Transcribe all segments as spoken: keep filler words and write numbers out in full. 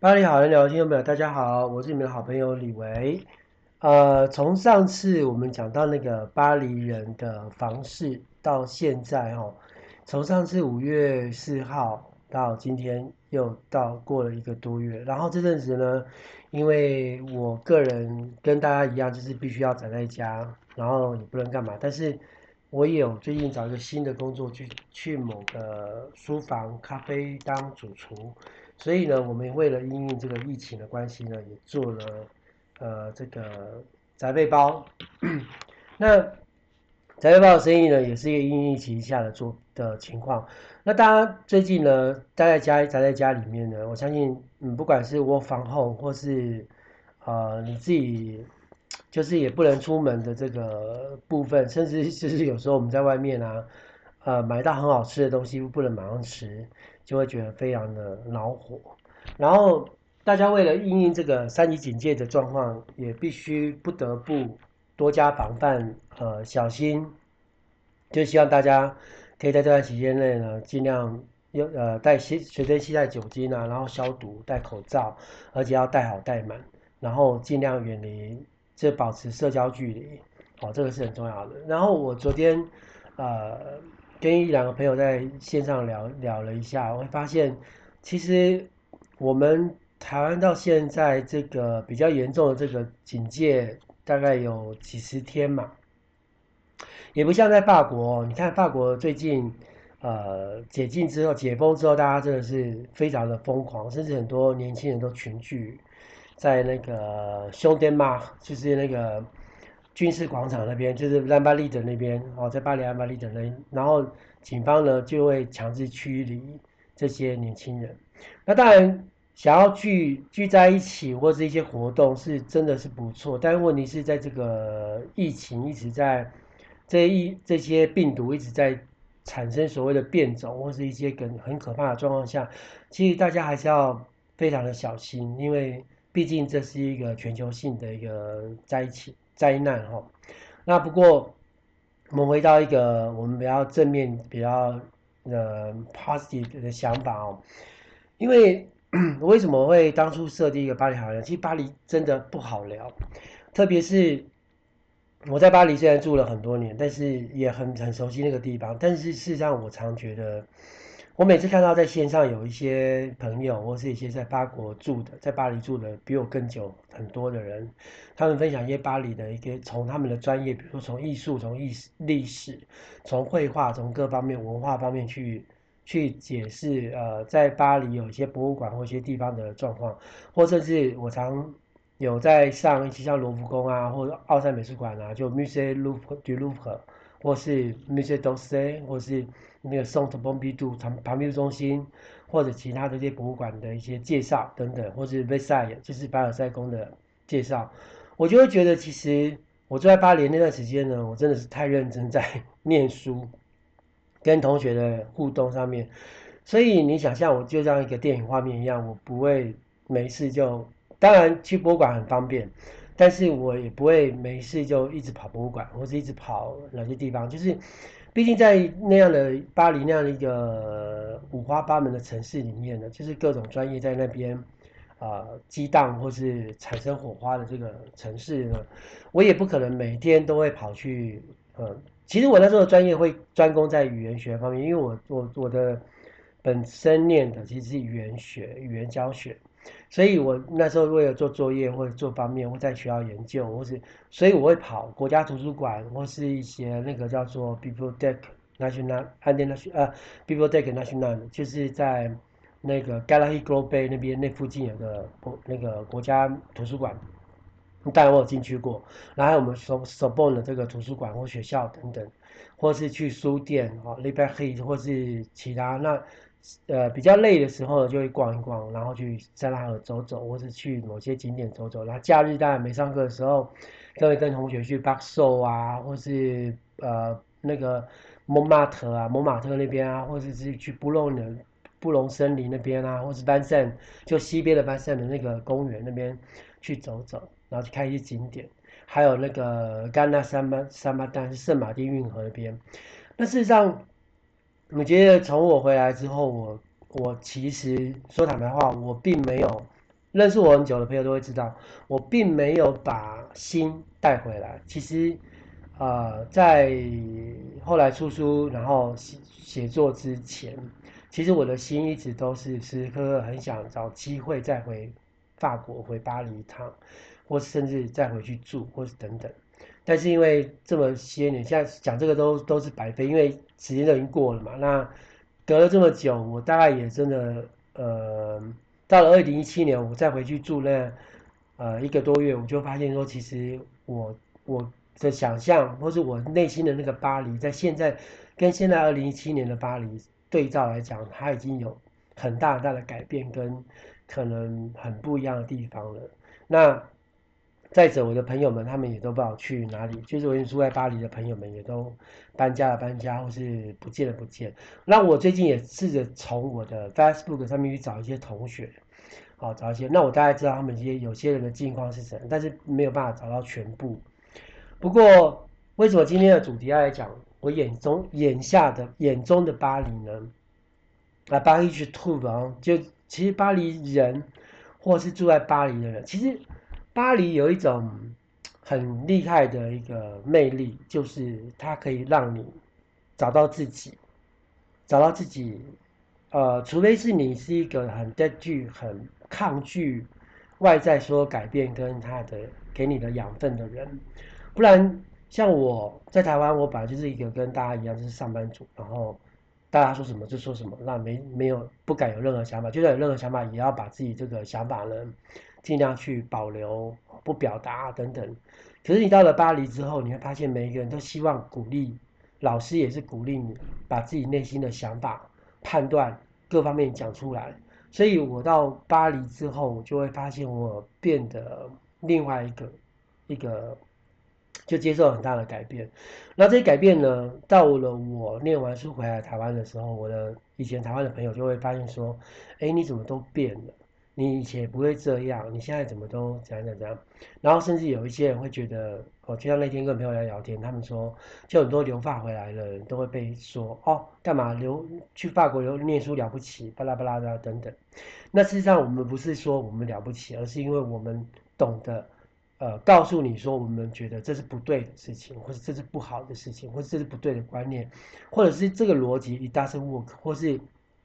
巴黎好人聊，听众朋友，大家好，我是你们的好朋友李维。呃，从上次我们讲到那个巴黎人的房市，到现在哦，从上次五月四号到今天又到过了一个多月。然后这阵子呢，因为我个人跟大家一样，就是必须要宅在家，然后也不能干嘛，但是我也有最近找一个新的工作，去去某个书房、咖啡当主厨。所以呢，我们为了因应这个疫情的关系呢，也做了呃这个宅配包。那宅配包的生意呢，也是一个因应疫情下的做的情况。那大家最近呢，待在家宅在家里面呢，我相信，嗯，不管是窝房后，或是呃你自己就是也不能出门的这个部分，甚至就是有时候我们在外面啊，呃买到很好吃的东西不能马上吃，就会觉得非常的恼火。然后大家为了因应这个三级警戒的状况，也必须不得不多加防范，呃，小心。就希望大家可以在这段期间内呢，尽量用呃带携随身携带酒精啊，然后消毒，戴口罩，而且要戴好戴满，然后尽量远离，这保持社交距离，哦，这个是很重要的。然后我昨天呃跟一两个朋友在线上聊聊了一下，我会发现其实我们台湾到现在这个比较严重的这个警戒，大概有几十天嘛，也不像在法国哦，你看法国最近呃解禁之后、解封之后，大家真的是非常的疯狂，甚至很多年轻人都群聚在那个休登马，就是那个军事广场那边，就是兰巴利德那边哦，在巴黎兰巴利德那，然后警方呢就会强制驱离这些年轻人。那当然，想要聚聚在一起或是一些活动是真的是不错，但是问题是在这个疫情一直在这一这些病毒一直在产生所谓的变种或是一些很很可怕的状况下，其实大家还是要非常的小心，因为毕竟这是一个全球性的一个灾情灾难哈。那不过我们回到一个我们比较正面、比较呃 positive 的想法哦，因为我为什么会当初设定一个巴黎好聊？其实巴黎真的不好聊，特别是我在巴黎虽然住了很多年，但是也很很熟悉那个地方。但是事实上，我常觉得，我每次看到在线上有一些朋友，或是一些在法国住的，在巴黎住的比我更久很多的人，他们分享一些巴黎的一个从他们的专业，比如说从艺术、从历史、历史、从绘画、从各方面文化方面去去解释，呃，在巴黎有一些博物馆或一些地方的状况，或甚至我常有在上一些像罗浮宫啊，或者奥赛美术馆啊，就 Musée Louvre du Louvre，或是 Musée d'Orsay，或是那个圣托蓬皮杜旁旁边中心，或者其他的这些博物馆的一些介绍等等，或是 Versailles，就是凡尔赛宫的介绍，我就会觉得其实我住在巴黎那段时间呢，我真的是太认真在念书，跟同学的互动上面，所以你想象我就像一个电影画面一样，我不会没事就，当然去博物馆很方便，但是我也不会没事就一直跑博物馆，或是一直跑哪些地方，就是毕竟在那样的巴黎那样的一个五花八门的城市里面呢，就是各种专业在那边呃激荡或是产生火花的这个城市呢，我也不可能每天都会跑去呃。其实我那时候的专业会专攻在语言学方面，因为我我我的本身念的其实是语言学、语言教学，所以我那时候为了做作业或者做方面，或在学校研究，或是所以我会跑国家图书馆或是一些那个叫做 Bibliothèque Nationale 安电那呃 Bibliothèque Nationale，就是在那个 Galerie g l o b e 那边那附近有个那个国家图书馆，当然我有进去过，然后还有我们 s o s o b o n 的这个图书馆或学校等等，或是去书店啊 l i b r a r y 或是其他那呃比较累的时候呢，就会逛一逛，然后去塞纳河走走，或是去某些景点走走。然后假日当然没上课的时候，就会跟同学去 b u x o 啊，或是呃那个蒙马特啊，蒙马特那边啊，或者是去布隆的布隆森林那边啊，或是班圣就西边的班圣的那个公园那边去走走，然后去看一些景点，还有那个戛纳三巴三巴丹是圣马丁运河那边。那事实上，我觉得从我回来之后，我我其实说坦白话，我并没有认识我很久的朋友都会知道，我并没有把心带回来。其实，呃，在后来出书，然后写写作之前，其实我的心一直都是时时刻刻很想找机会再回法国、回巴黎一趟，或甚至再回去住，或是等等。但是因为这么些年，现在讲这个都都是白费，因为时间都已经过了嘛。那隔了这么久，我大概也真的呃，到了二零一七年，我再回去住那呃一个多月，我就发现说，其实我我的想象，或是我内心的那个巴黎，在现在跟现在二零一七年的巴黎对照来讲，它已经有很大很大的改变，跟可能很不一样的地方了。那再者，我的朋友们他们也都不知道去哪里，就是我住在巴黎的朋友们也都搬家了搬家，或是不见了不见。那我最近也试着从我的 Facebook 上面去找一些同学，好找一些，那我大概知道他们这些有些人的近况是怎样，但是没有办法找到全部。不过，为什么今天的主题要来讲我眼中眼下的眼中的巴黎呢？啊，巴黎去吐啊，就其实巴黎人，或是住在巴黎的人，其实巴黎有一种很厉害的一个魅力，就是它可以让你找到自己，找到自己。呃，除非是你是一个很在拒、很抗拒外在所有改变跟它的给你的养分的人，不然像我在台湾，我本来就是一个跟大家一样就是上班族，然后大家说什么就说什么，那没没有不敢有任何想法，就算有任何想法，也要把自己这个想法呢尽量去保留，不表达等等。可是你到了巴黎之后，你会发现每一个人都希望鼓励，老师也是鼓励你把自己内心的想法、判断各方面讲出来。所以我到巴黎之后，我就会发现我变得另外一个一个就接受很大的改变。那这些改变呢，到了我念完书回来台湾的时候，我的以前台湾的朋友就会发现说：“哎，你怎么都变了？你以前也不会这样，你现在怎么都怎样怎样怎样？”然后甚至有一些人会觉得，哦，就像那天跟朋友来聊天，他们说，就很多留法回来的人都会被说：“哦，干嘛留去法国留念书了不起，巴拉巴拉的等等。”那事实上，我们不是说我们了不起，而是因为我们懂得。呃，告诉你说，我们觉得这是不对的事情，或者这是不好的事情，或者这是不对的观念，或者是这个逻辑 it doesn't work，或是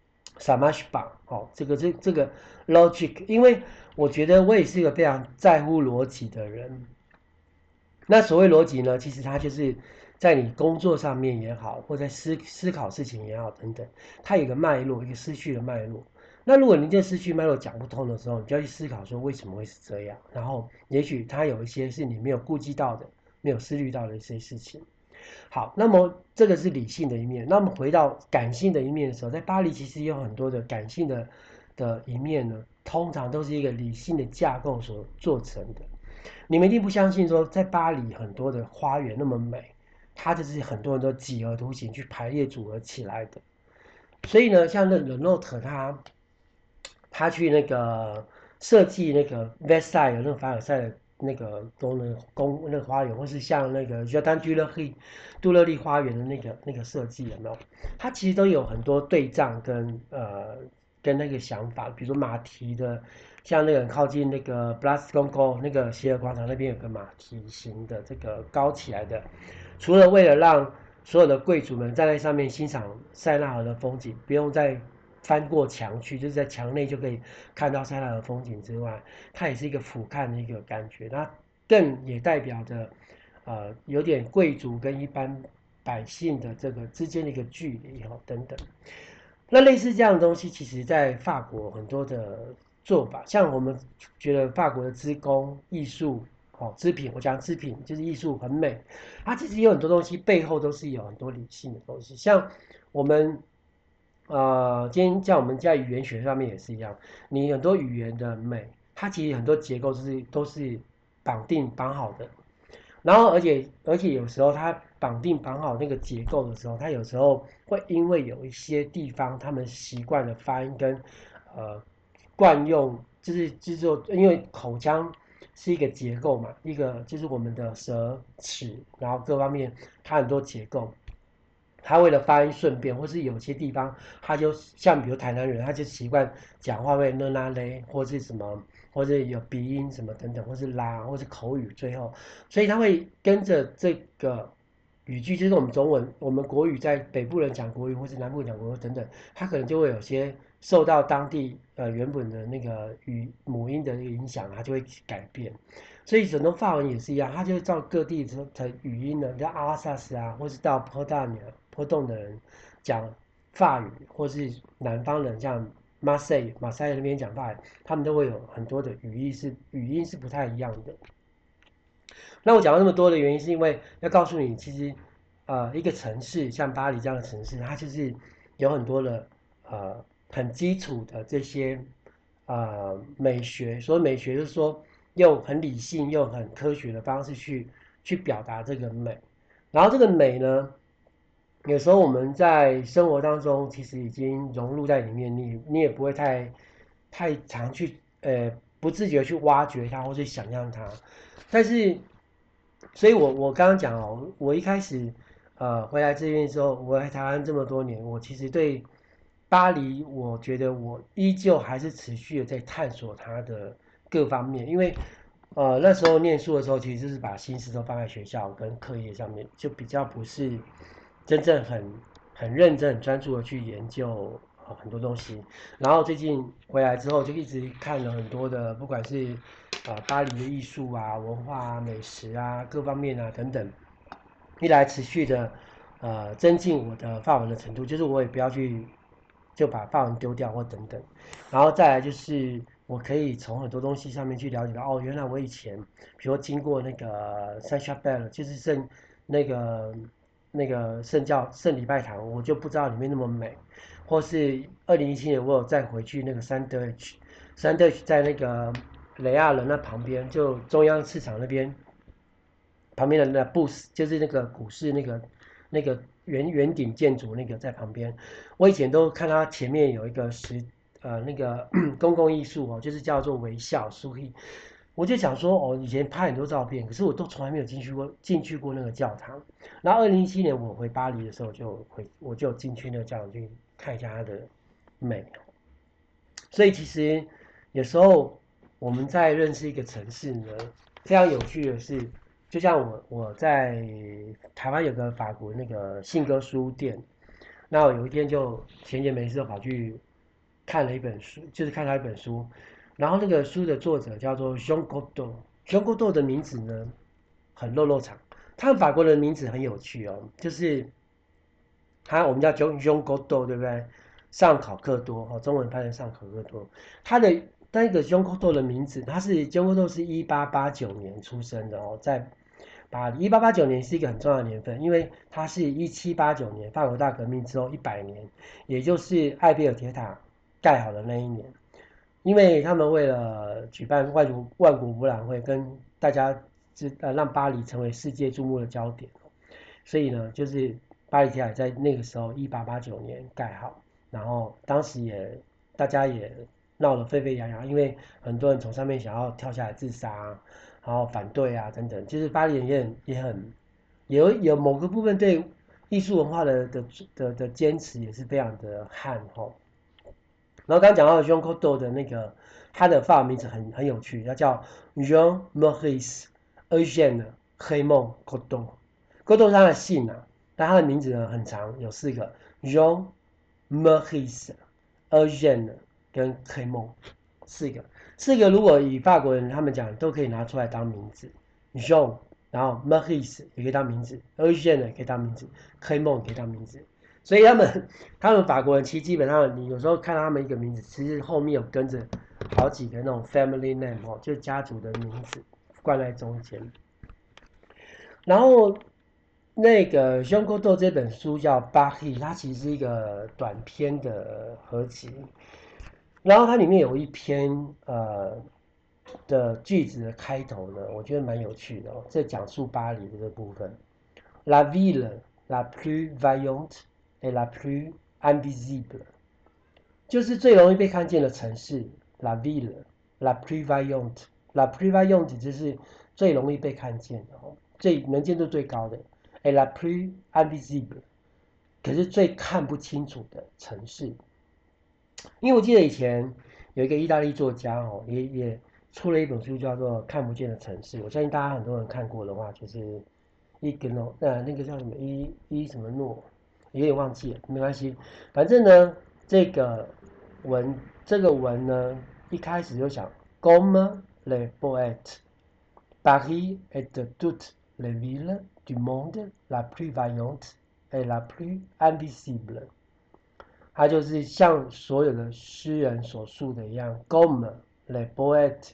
samash 吧，哦，这个这这个 logic，因为我觉得我也是一个非常在乎逻辑的人。那所谓逻辑呢，其实它就是在你工作上面也好，或在思思考事情也好等等，它有一个脉络，一个思绪的脉络。那如果你这思绪脉络讲不通的时候，你就要去思考说为什么会是这样，然后也许它有一些是你没有顾及到的、没有思虑到的一些事情。好，那么这个是理性的一面。那么回到感性的一面的时候，在巴黎其实有很多的感性的的一面呢，通常都是一个理性的架构所做成的。你们一定不相信说，在巴黎很多的花园那么美，它就是很多人都几何图形去排列组合起来的。所以呢，像那 Renote 他他去那个设计那个 Versailles 那个凡尔赛的那个公那个公那个花园，或是像那个 Jardin du Roi 杜乐丽花园的那个那个设计有没有？它其实都有很多对仗跟呃跟那个想法，比如说马蹄的，像那个靠近那个 b l a s c o n g o 那个希尔广场那边有个马蹄形的这个高起来的，除了为了让所有的贵族们站在上面欣赏塞纳河的风景，不用再翻过墙去，就是在墙内就可以看到塞纳河风景之外，它也是一个俯瞰的一个感觉。那更也代表着，呃，有点贵族跟一般百姓的这个之间的一个距离哈等等。那类似这样的东西，其实在法国很多的做法，像我们觉得法国的织工艺术，哦，织品，我讲织品就是艺术很美，它其实有很多东西背后都是有很多理性的东西，像我们。呃，今天像我们在语言学上面也是一样，你很多语言的美，它其实很多结构是都是绑定绑好的，然后而且而且有时候它绑定绑好那个结构的时候，它有时候会因为有一些地方他们习惯的发音跟呃惯用，就是制作，因为口腔是一个结构嘛，一个就是我们的舌齿，然后各方面它很多结构。 他为了发音顺便，或是有些地方他就像比如台南人，他就习惯讲话会呢啦嘞，或是什么，或者有鼻音什么等等，或是啦，或是口语最后，所以他会跟着这个语句，就是我们中文，我们国语在北部人讲国语，或是南部人讲国语等等，他可能就会有些受到当地呃原本的那个语母音的影响，它就会改变。所以整个法文也是一样，它就照各地的语音呢，像阿萨斯啊，或是到坡大尼坡洞的人讲法语，或是南方人像马赛马赛那边讲法语，他们都会有很多的语义是语音是不太一样的。那我讲到那么多的原因，是因为要告诉你，其实呃一个城市像巴黎这样的城市，它就是有很多的呃很基础的这些呃美学。所谓美学，就是说用很理性、用很科学的方式去去表达这个美。然后这个美呢，有时候我们在生活当中其实已经融入在里面，你你也不会太太常去呃不自觉去挖掘它或去想象它。但是，所以我我刚刚讲哦，我一开始呃回来这边之后，我来台湾这么多年，我其实对巴黎，我觉得我依旧还是持续的在探索它的各方面，因为呃那时候念书的时候，其实就是把心思都放在学校跟课业上面，就比较不是真正很很认真、很专注的去研究呃很多东西。然后最近回来之后，就一直看了很多的，不管是啊、呃、巴黎的艺术啊、文化啊、美食啊各方面啊等等，一来持续的呃增进我的法文的程度，就是我也不要去就把法文丢掉或等等。然后再来就是我可以从很多东西上面去了解到，哦，原来我以前比如说经过那个圣夏贝尔，就是圣那个那个圣教圣礼拜堂，我就不知道里面那么美。或是二零一七年我有再回去那个山德区，山德区在那个雷亚伦那旁边，就中央市场那边旁边的那 booth， 就是那个股市那个那个圆圆顶建筑那个在旁边。我以前都看它前面有一个石呃那个公共艺术哦，就是叫做微笑书艺。我就想说哦，以前拍很多照片，可是我都从来没有进去过进去过那个教堂。然后二零一七年我回巴黎的时候就回我就进去那个教堂去看一下它的美。所以其实有时候我们在认识一个城市呢，非常有趣的是，就像我我在台湾有个法国那个信鸽书店，那我有一天就闲闲没事跑去看了一本书，就是看他一本书，然后那个书的作者叫做 Jean Cocteau，Jean Cocteau 的名字呢很肉肉长，他们法国人的名字很有趣哦，就是他我们叫 Jean Jean Cocteau 对不对？上考克多哦，中文翻成上考克多，他的那个 Jean Cocteau 的名字，他是 Jean Cocteau 是一八八九年出生的哦，在巴黎。一八八九年是一个很重要的年份，因为它是一七八九年法国大革命之后一百年，也就是埃菲尔铁塔盖好的那一年。因为他们为了举办万国万国博览会，跟大家知呃让巴黎成为世界注目的焦点，所以呢，就是巴黎铁塔在那个时候一八八九年盖好，然后当时也大家也闹得沸沸扬扬，因为很多人从上面想要跳下来自杀啊，然后反对啊等等，就是巴黎人也很也很有有某个部分对艺术文化的的的的坚持也是非常的悍哈。然后刚刚讲到 Jean Cocteau 的那个他的法文名字很很有趣，他叫 Jean Maurice Eugène Raymond Cocteau。Cocteau 是他的姓啊，但他的名字呢很长，有四个 Jean Maurice Eugène 跟 Raymond 四个，四个如果以法国人他们讲都可以拿出来当名字 Jean， 然后 Maurice 也可以当名字 ，Eugène 也可以当名字 ，Raymond 也可以当名字。所以他们他们法国人其实基本上，你有时候看到他们一个名字，其实后面有跟着好几个那种 family name 哦，就家族的名字冠在中间。然后那个 Jean Cocteau 这本书叫《巴黎》，它其实是一个短篇的合集。然后它里面有一篇呃的句子的开头呢，我觉得蛮有趣的哦，在讲述巴黎的这部分。La ville la plus vaillante et la plus invisible， 就是最容易被看见的城市。La ville la plus vaillante la plus vaillante 就是最容易被看见的哦，最能见度最高的。Et la plus invisible， 可是最看不清楚的城市。因为我记得以前有一个意大利作家哦，也也出了一本书叫做《看不见的城市》，我相信大家很多人看过的话，就是伊格诺，呃，那个叫什么伊伊什么诺，有点忘记了，没关系。反正呢，这个文这个文呢，一开始就想 Comme le poète, Paris est toute la ville du monde la plus vaillante et la plus invisible。他就是像所有的诗人所述的一样 ，Comme le poète,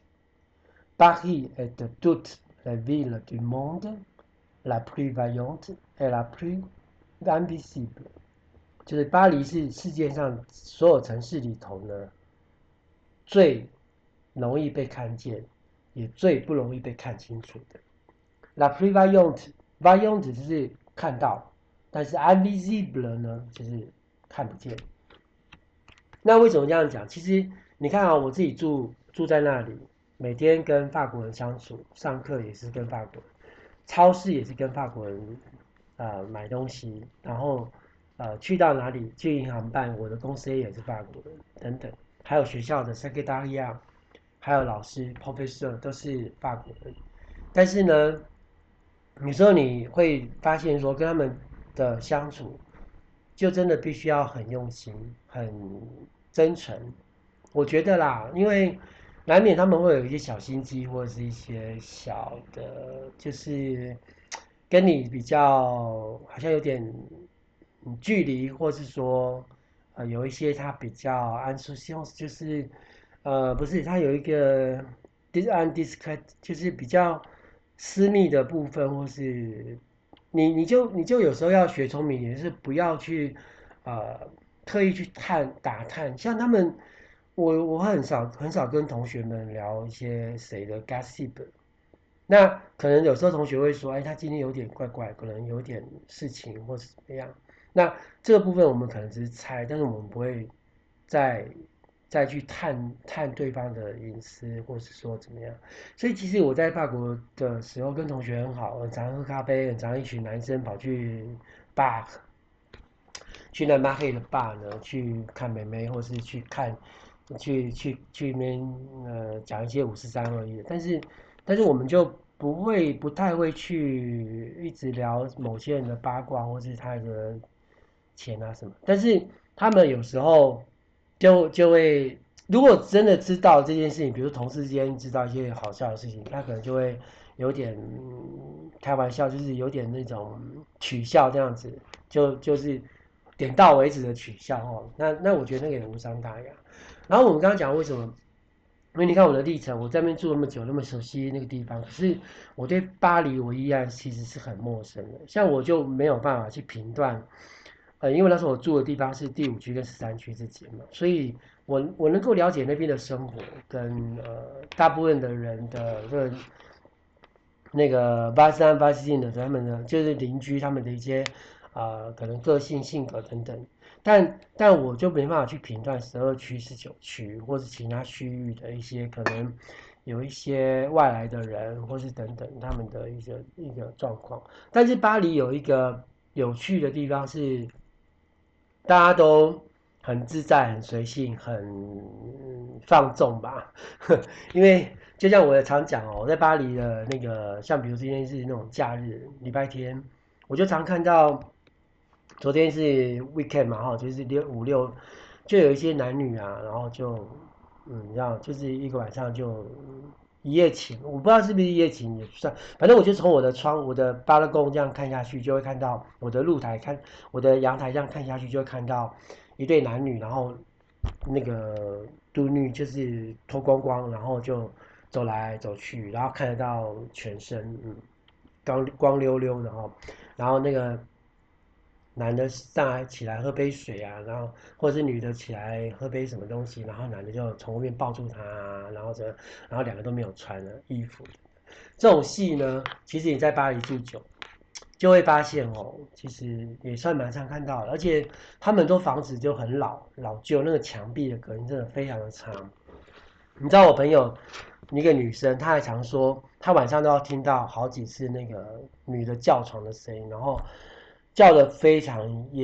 Paris est toute la ville du monde la plus vaillante et la plus invisible。就是巴黎是世界上所有城市里头呢最容易被看见，也最不容易被看清楚的。La plus vaillante, vaillante 就是看到，但是 invisible 呢就是看不见。那为什么这样讲？其实你看啊，我自己住住在那里，每天跟法国人相处，上课也是跟法国人，超市也是跟法国人呃买东西，然后呃去到哪里去银行办，我的公司也是法国人等等，还有学校的 secretariat， 还有老师 professor 都是法国人。但是呢，有时候你会发现说跟他们的相处，就真的必须要很用心、很真诚。我觉得啦，因为难免他们会有一些小心机，或者是一些小的，就是跟你比较好像有点距离，或是说呃有一些他比较安舒希望，就是呃不是他有一个 dis undiscreet，就是比较私密的部分，或是你你就你就有时候要学聪明，也是不要去呃特意去探打探，像他们，我我很少很少跟同学们聊一些谁的 gossip，那可能有时候同学会说，哎，他今天有点怪怪，可能有点事情或是怎么样。那这个部分我们可能只是猜，但是我们不会再再去探探对方的隐私，或是说怎么样。所以其实我在法国的时候跟同学很好，很常喝咖啡，很常一群男生跑去 bar，去那马黑的 bar 呢，去看妹妹，或是去看，去去去那边呃讲一些五四三二一的。但是但是我们就不会不太会去一直聊某些人的八卦，或是他的钱啊什么。但是他们有时候就就会，如果真的知道这件事情，比如同事之间知道一些好笑的事情，他可能就会有点、嗯、开玩笑，就是有点那种取笑这样子，就就是点到为止的取笑哦。那那我觉得那个也无伤大雅。然后我们刚刚讲为什么？因为你看我的历程，我在那边住那么久，那么熟悉那个地方，可是我对巴黎我依然其实是很陌生的。像我就没有办法去评断，呃，因为那时候我住的地方是第五区跟十三区之间嘛，所以我我能够了解那边的生活跟呃大部分的人的这个那个巴斯安巴斯进的他们呢，就是邻居他们的一些啊、呃可能个性性格等等。但但我就没办法去评断十二区、十九区或是其他区域的一些可能有一些外来的人，或是等等他们的一个一个状况。但是巴黎有一个有趣的地方是，大家都很自在、很随性、很放纵吧。因为就像我也常讲哦，我在巴黎的那个，像比如今天是那种假日，礼拜天，我就常看到。昨天是 weekend 嘛，哈，就是六五六，就有一些男女啊，然后就，嗯，你知道，就是一个晚上就一夜情，我不知道是不是一夜情也算，反正我就从我的窗，我的巴勒宫这样看下去，就会看到我的露台看，我的阳台这样看下去，就会看到一对男女，然后那个都女就是脱光光，然后就走来走去，然后看得到全身，嗯，光光溜溜的哈，然后那个。男的上来起来喝杯水啊，然后或者是女的起来喝杯什么东西，然后男的就从后面抱住她、啊，然后这，然后两个都没有穿的衣服。这种戏呢，其实你在巴黎住久，就会发现哦，其实也算蛮常看到的，而且他们都房子就很老老旧，那个墙壁的隔音真的非常的差。你知道我朋友一个女生，她还常说，她晚上都要听到好几次那个女的叫床的声音，然后叫的非常也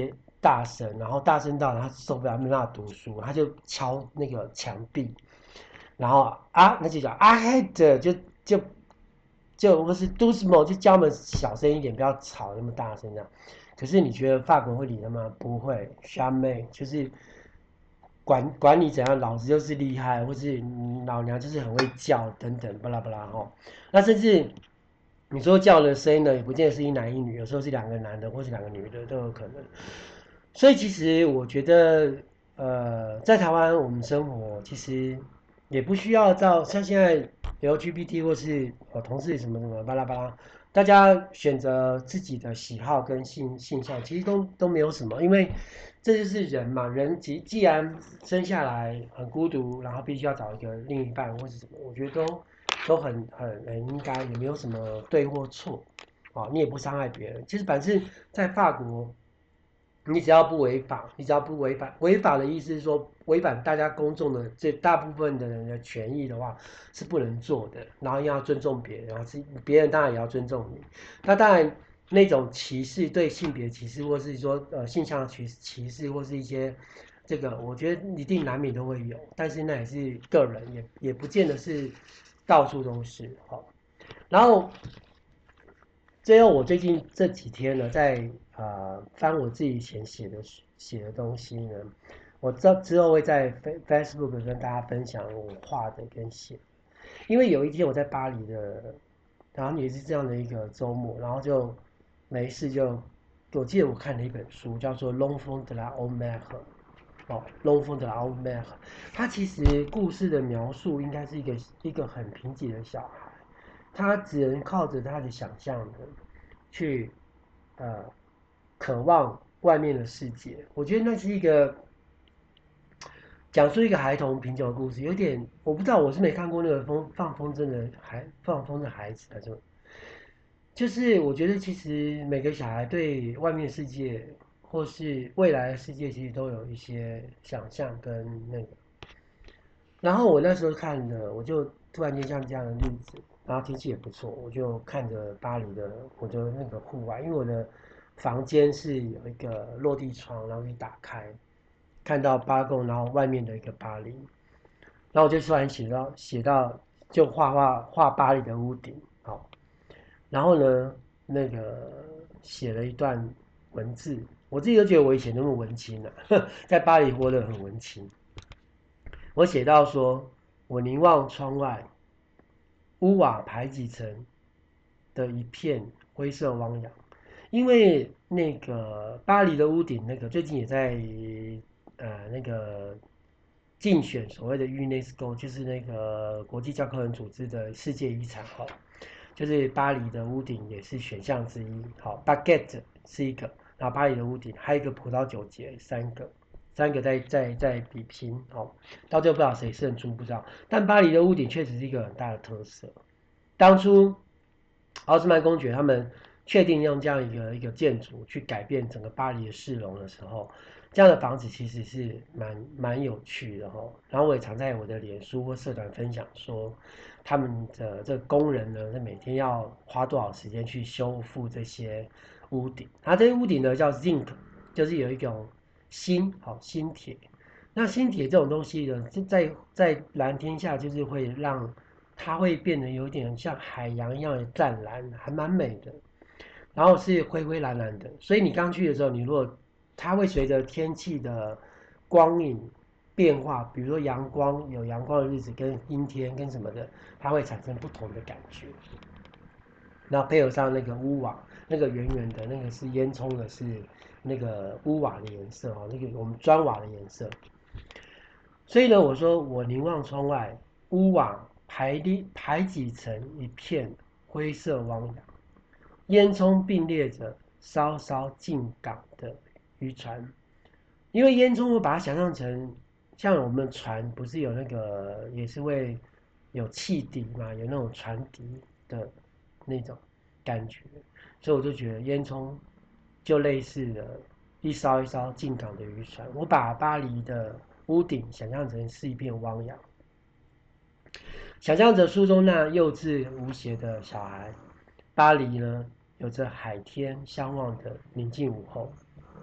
大声，然后大声到他受不了，没办法读书，他就敲那个墙壁，然后啊，那就叫啊嘿的，就就就或是 do small， 就叫他们小声一点，不要吵那么大声这样。可是你觉得法国人会理他吗？不会 s h a m e 就是管管你怎样，老子就是厉害，或是老娘就是很会叫等等，巴拉巴拉哈。那甚至你说叫的声音呢，也不见得是一男一女，有时候是两个男的或是两个女的都有可能。所以其实我觉得，呃，在台湾我们生活其实也不需要照像现在 L G B T 或是呃同事什么什么巴拉巴拉，大家选择自己的喜好跟性性向，其实都都没有什么，因为这就是人嘛，人既既然生下来很孤独，然后必须要找一个另一半或是什么，我觉得都都很很很应该，也没有什么对或错，啊，你也不伤害别人。其实反正在法国。你只要不违法，你只要不违反，违法的意思是说违反大家公众的这大部分的人的权益的话是不能做的，然后要尊重别人，然后是别人当然也要尊重你。那当然那种歧视对性别歧视，或是说呃性向歧歧视，或是一些这个，我觉得一定难免都会有，但是那也是个人，也也不见得是到处都是好。然后最后，我最近这几天呢，在呃翻我自己以前写的写的东西呢，我之之后会在 Facebook 跟大家分享我画的跟写。因为有一天我在巴黎的，然后也是这样的一个周末，然后就没事就，我记得我看了一本书，叫做《L'Enfant de la Haute Mer》，哦，《L'Enfant de la Haute Mer》，它其实故事的描述应该是一个一个很贫瘠的小孩。他只能靠着他的想象的去呃渴望外面的世界。我觉得那是一个讲述一个孩童贫穷的故事，有点我不知道，我是没看过那个风放风筝的孩放风筝的孩子，他就就是我觉得其实每个小孩对外面世界或是未来的世界，其实都有一些想象跟那个。然后我那时候看的，我就突然间像这样的日子，然后天气也不错，我就看着巴黎的，我就那个户外，因为我的房间是有一个落地窗，然后一打开，看到巴贡，然后外面的一个巴黎，然后我就突然写到写到就画画画巴黎的屋顶，好，然后呢那个写了一段文字，我自己都觉得我以前那么文青啊，在巴黎活得很文青。我写到说，我凝望窗外，屋瓦排挤成的一片灰色汪洋。因为那个巴黎的屋顶，那个最近也在呃那个竞选所谓的 UNESCO，就是那个国际教科文组织的世界遗产哈，就是巴黎的屋顶也是选项之一。好 ，Baguette 是一个，然后巴黎的屋顶还有一个葡萄酒节，三个。三个在在在比拼，哦，到最后不知道谁胜出，不知道。但巴黎的屋顶确实是一个很大的特色。当初奥斯曼公爵他们确定用这样一个一个建筑去改变整个巴黎的市容的时候，这样的房子其实是蛮蛮有趣的哈。然后我也常在我的脸书或社团分享说，他们的这个工人呢，他每天要花多少时间去修复这些屋顶。它这些屋顶呢叫 zinc，就是有一种锌，好锌铁。那锌铁这种东西呢，在在蓝天下就是会让它会变得有点像海洋一样的湛蓝，还蛮美的。然后是灰灰蓝蓝的，所以你刚去的时候，你如果它会随着天气的光影变化，比如说阳光有阳光的日子跟阴天跟什么的，它会产生不同的感觉。然后配合上那个屋瓦，那个圆圆的那个是烟囱的，是那个屋瓦的颜色哦，那个我们砖瓦的颜色。所以呢，我说我凝望窗外，屋瓦排列排挤成一片灰色汪洋，烟囱并列着稍稍进港的渔船。因为烟囱我把它想象成像我们船不是有那个也是会有汽笛嘛，有那种船笛的那种感觉，所以我就觉得烟囱就类似的一艘一艘进港的渔船。我把巴黎的屋顶想象成是一片汪洋，想象着书中那幼稚无邪的小孩。巴黎呢，有着海天相望的宁静午后。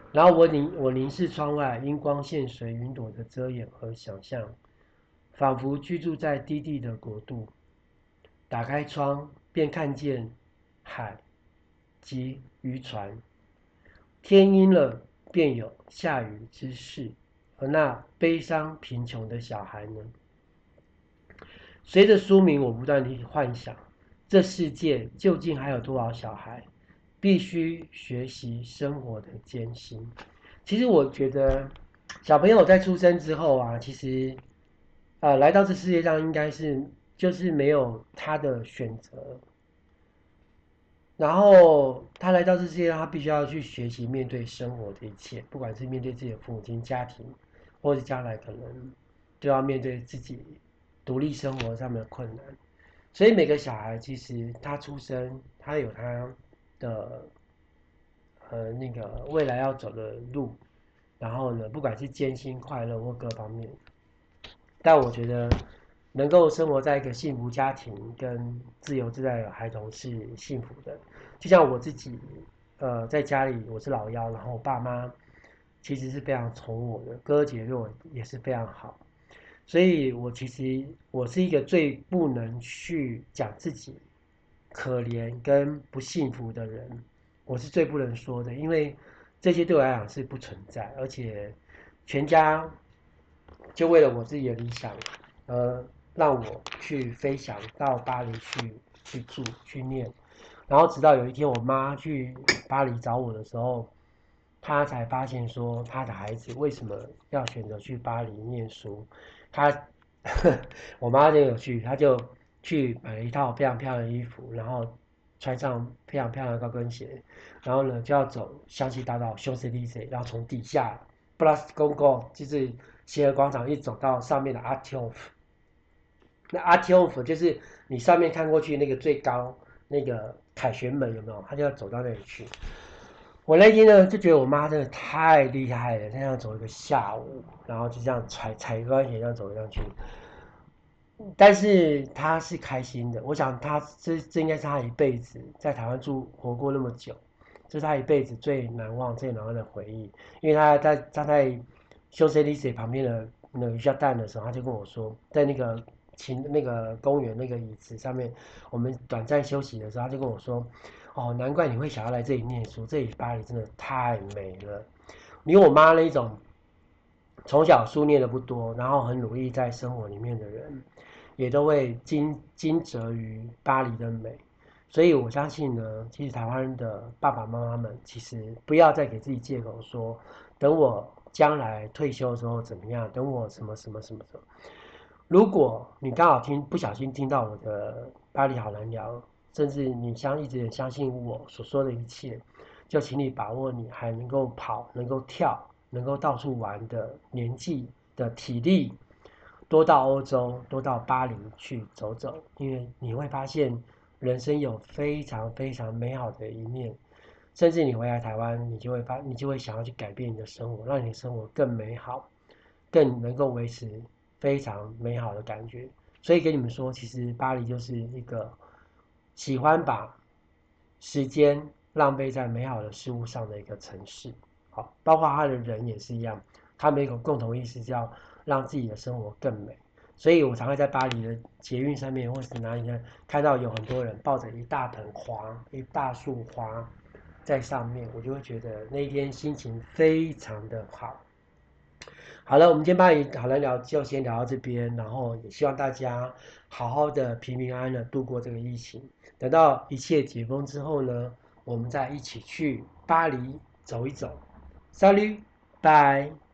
然后我凝我凝视窗外，因光线随云朵的遮掩而想象，仿佛居住在低地的国度。打开窗，便看见海及渔船。天阴了，便有下雨之势。而那悲伤贫穷的小孩呢？随着书名，我不断地幻想，这世界究竟还有多少小孩必须学习生活的艰辛？其实我觉得，小朋友在出生之后啊，其实，呃，来到这世界上应该是就是没有他的选择，然后他来到这世界上，他必须要去学习面对生活的一切，不管是面对自己的父母亲、家庭，或者将来可能都要面对自己独立生活上面的困难。所以每个小孩其实他出生，他有他的呃那个未来要走的路，然后呢，不管是艰辛、快乐或各方面，但我觉得能够生活在一个幸福家庭跟自由自在的孩童是幸福的。就像我自己，呃，在家里我是老幺，然后我爸妈其实是非常宠我的，哥哥姐姐对我也是非常好。所以我其实我是一个最不能去讲自己可怜跟不幸福的人，我是最不能说的，因为这些对我来讲是不存在，而且全家就为了我自己的理想，呃，让我去飞翔到巴黎去去住去念，然后直到有一天我妈去巴黎找我的时候，她才发现说她的孩子为什么要选择去巴黎念书，她我妈就有去，她就去买了一套非常漂亮的衣服，然后穿上非常漂亮的高跟鞋，然后呢就要走香榭大道 Champs-Élysées，然后从底下 Place Goncourt 就是协和广场一走到上面的 Arc de Triomphe，那 Arc de Triomphe 就是你上面看过去那个最高那个凯旋门有没有？他就要走到那里去。我那天呢就觉得我妈真的太厉害了，她这样走一个下午，然后就这样踩踩高跟鞋这样走上去。但是他是开心的，我想他这这应该是他一辈子在台湾住活过那么久，这是他一辈子最难忘、最难忘的回忆。因为他在他在休斯利水旁边的那个鱼下蛋的时候，他就跟我说，在那个琴那个公园那个椅子上面，我们短暂休息的时候，他就跟我说：“哦，难怪你会想要来这里念书，这里巴黎真的太美了。”你我妈那一种从小书念的不多，然后很努力在生活里面的人，也都会惊惊蛰于巴黎的美。所以我相信呢，其实台湾的爸爸妈妈们，其实不要再给自己借口说，等我将来退休的时候怎么样，等我什么什么什么什么。如果你刚好听不小心听到我的巴黎好难聊，甚至你相一直相信我所说的一切，就请你把握你还能够跑、能够跳、能够到处玩的年纪的体力，多到欧洲，多到巴黎去走走，因为你会发现人生有非常非常美好的一面，甚至你回来台湾，你就会发，你就会想要去改变你的生活，让你的生活更美好，更能够维持非常美好的感觉。所以跟你们说，其实巴黎就是一个喜欢把时间浪费在美好的事物上的一个城市。好，包括他的人也是一样，他们有一个共同意识，叫让自己的生活更美。所以我常会在巴黎的捷运上面，或是哪里呢，看到有很多人抱着一大盆花、一大束花在上面，我就会觉得那一天心情非常的好。好了，我们今天巴黎好来聊就先聊到这边，然后也希望大家好好的平平安安的度过这个疫情。等到一切解封之后呢，我们再一起去巴黎走一走。Salut，拜。